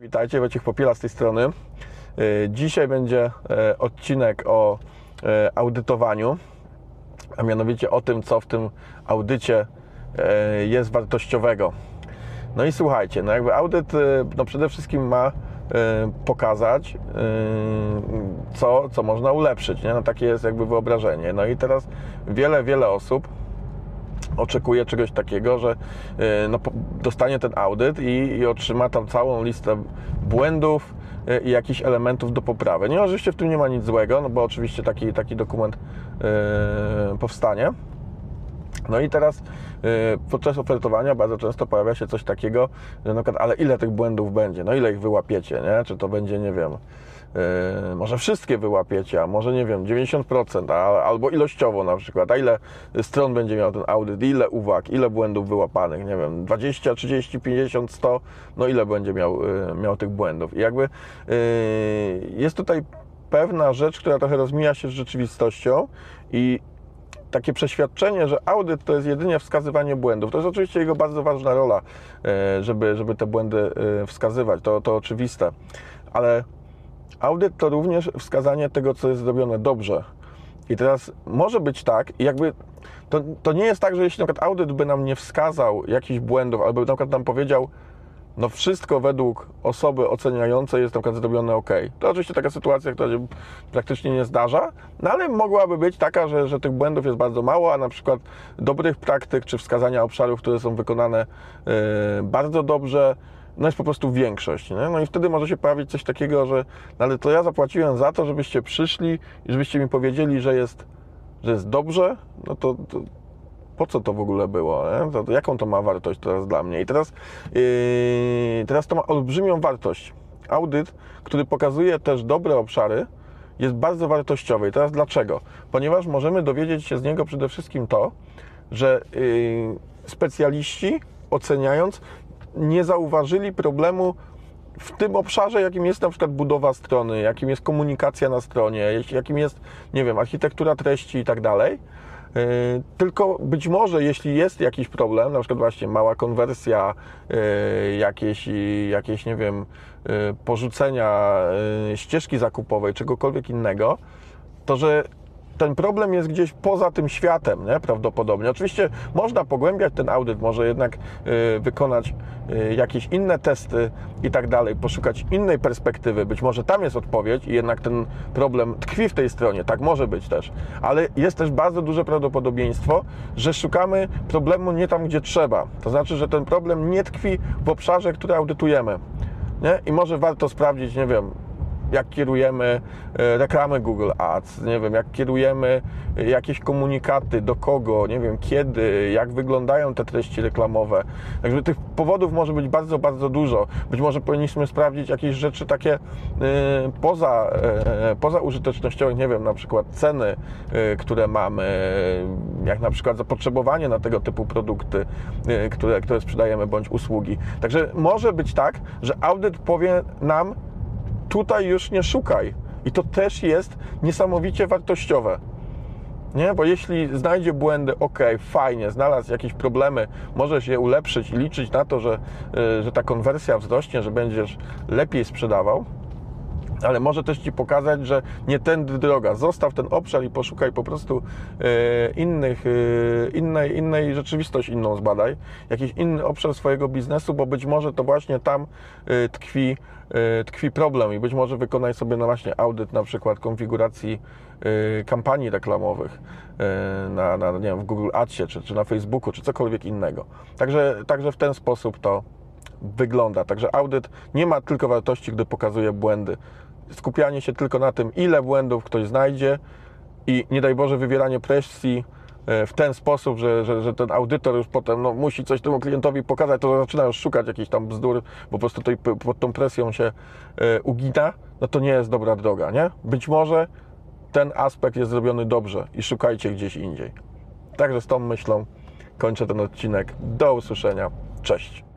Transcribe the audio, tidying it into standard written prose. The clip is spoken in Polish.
Witajcie, Wojciech Popiela z tej strony. Dzisiaj będzie odcinek o audytowaniu, a mianowicie o tym, co w tym audycie jest wartościowego. No i słuchajcie, no jakby audyt przede wszystkim ma pokazać, co można ulepszyć, nie? No takie jest jakby wyobrażenie. No i teraz wiele osób oczekuje czegoś takiego, że dostanie ten audyt i otrzyma tam całą listę błędów i jakichś elementów do poprawy. Nie, oczywiście w tym nie ma nic złego, no bo oczywiście taki dokument powstanie. No i teraz podczas ofertowania bardzo często pojawia się coś takiego, że na przykład, ale ile tych błędów będzie? No ile ich wyłapiecie, nie? Czy to będzie, nie wiem, może wszystkie wyłapiecie, a może, nie wiem, 90%, albo ilościowo na przykład, a ile stron będzie miał ten audyt, ile uwag, ile błędów wyłapanych, nie wiem, 20, 30, 50, 100, no ile będzie miał tych błędów. I jakby jest tutaj pewna rzecz, która trochę rozmija się z rzeczywistością i takie przeświadczenie, że audyt to jest jedynie wskazywanie błędów. To jest oczywiście jego bardzo ważna rola, żeby te błędy wskazywać, to oczywiste, ale audyt to również wskazanie tego, co jest zrobione dobrze. I teraz może być tak, jakby to nie jest tak, że jeśli na przykład audyt by nam nie wskazał jakichś błędów, albo na przykład nam powiedział, no wszystko według osoby oceniającej jest na przykład zrobione ok. To oczywiście taka sytuacja, która się praktycznie nie zdarza, no ale mogłaby być taka, że tych błędów jest bardzo mało, a na przykład dobrych praktyk czy wskazania obszarów, które są wykonane bardzo dobrze, no jest po prostu większość, nie? No i wtedy może się pojawić coś takiego, że no ale to ja zapłaciłem za to, żebyście przyszli i żebyście mi powiedzieli, że jest dobrze, no to po co to w ogóle było, nie? To jaką to ma wartość teraz dla mnie? I teraz to ma olbrzymią wartość. Audyt, który pokazuje też dobre obszary, jest bardzo wartościowy. I teraz dlaczego? Ponieważ możemy dowiedzieć się z niego przede wszystkim to, że specjaliści, oceniając, nie zauważyli problemu w tym obszarze, jakim jest na przykład budowa strony, jakim jest komunikacja na stronie, jakim jest, nie wiem, architektura treści i tak dalej. Tylko być może, jeśli jest jakiś problem, na przykład właśnie mała konwersja, jakieś nie wiem, porzucenia ścieżki zakupowej, czegokolwiek innego, to że ten problem jest gdzieś poza tym światem, nie? Prawdopodobnie. Oczywiście można pogłębiać ten audyt, może jednak wykonać jakieś inne testy i tak dalej, poszukać innej perspektywy. Być może tam jest odpowiedź i jednak ten problem tkwi w tej stronie. Tak może być też. Ale jest też bardzo duże prawdopodobieństwo, że szukamy problemu nie tam, gdzie trzeba. To znaczy, że ten problem nie tkwi w obszarze, który audytujemy. Nie? I może warto sprawdzić, nie wiem, jak kierujemy reklamy Google Ads, nie wiem, jak kierujemy jakieś komunikaty, do kogo, nie wiem, kiedy, jak wyglądają te treści reklamowe. Także tych powodów może być bardzo dużo. Być może powinniśmy sprawdzić jakieś rzeczy takie poza użytecznościowe, nie wiem, na przykład ceny, które mamy, jak na przykład zapotrzebowanie na tego typu produkty, które sprzedajemy, bądź usługi. Także może być tak, że audyt powie nam, tutaj już nie szukaj. I to też jest niesamowicie wartościowe. Nie? Bo jeśli znajdzie błędy, ok, fajnie, znalazł jakieś problemy, możesz je ulepszyć i liczyć na to, że ta konwersja wzrośnie, że będziesz lepiej sprzedawał, ale może też Ci pokazać, że nie tędy droga. Zostaw ten obszar i poszukaj po prostu innej rzeczywistość inną zbadaj, jakiś inny obszar swojego biznesu, bo być może to właśnie tam tkwi problem i być może wykonaj sobie właśnie audyt na przykład konfiguracji kampanii reklamowych nie wiem, w Google Adsie, czy na Facebooku, czy cokolwiek innego. Także w ten sposób to wygląda. Także audyt nie ma tylko wartości, gdy pokazuje błędy. Skupianie się tylko na tym, ile błędów ktoś znajdzie i nie daj Boże wywieranie presji w ten sposób, że ten audytor już potem musi coś temu klientowi pokazać, to zaczyna już szukać jakichś tam bzdur, po prostu pod tą presją się ugina, no to nie jest dobra droga, nie? Być może ten aspekt jest zrobiony dobrze i szukajcie gdzieś indziej. Także z tą myślą kończę ten odcinek. Do usłyszenia. Cześć.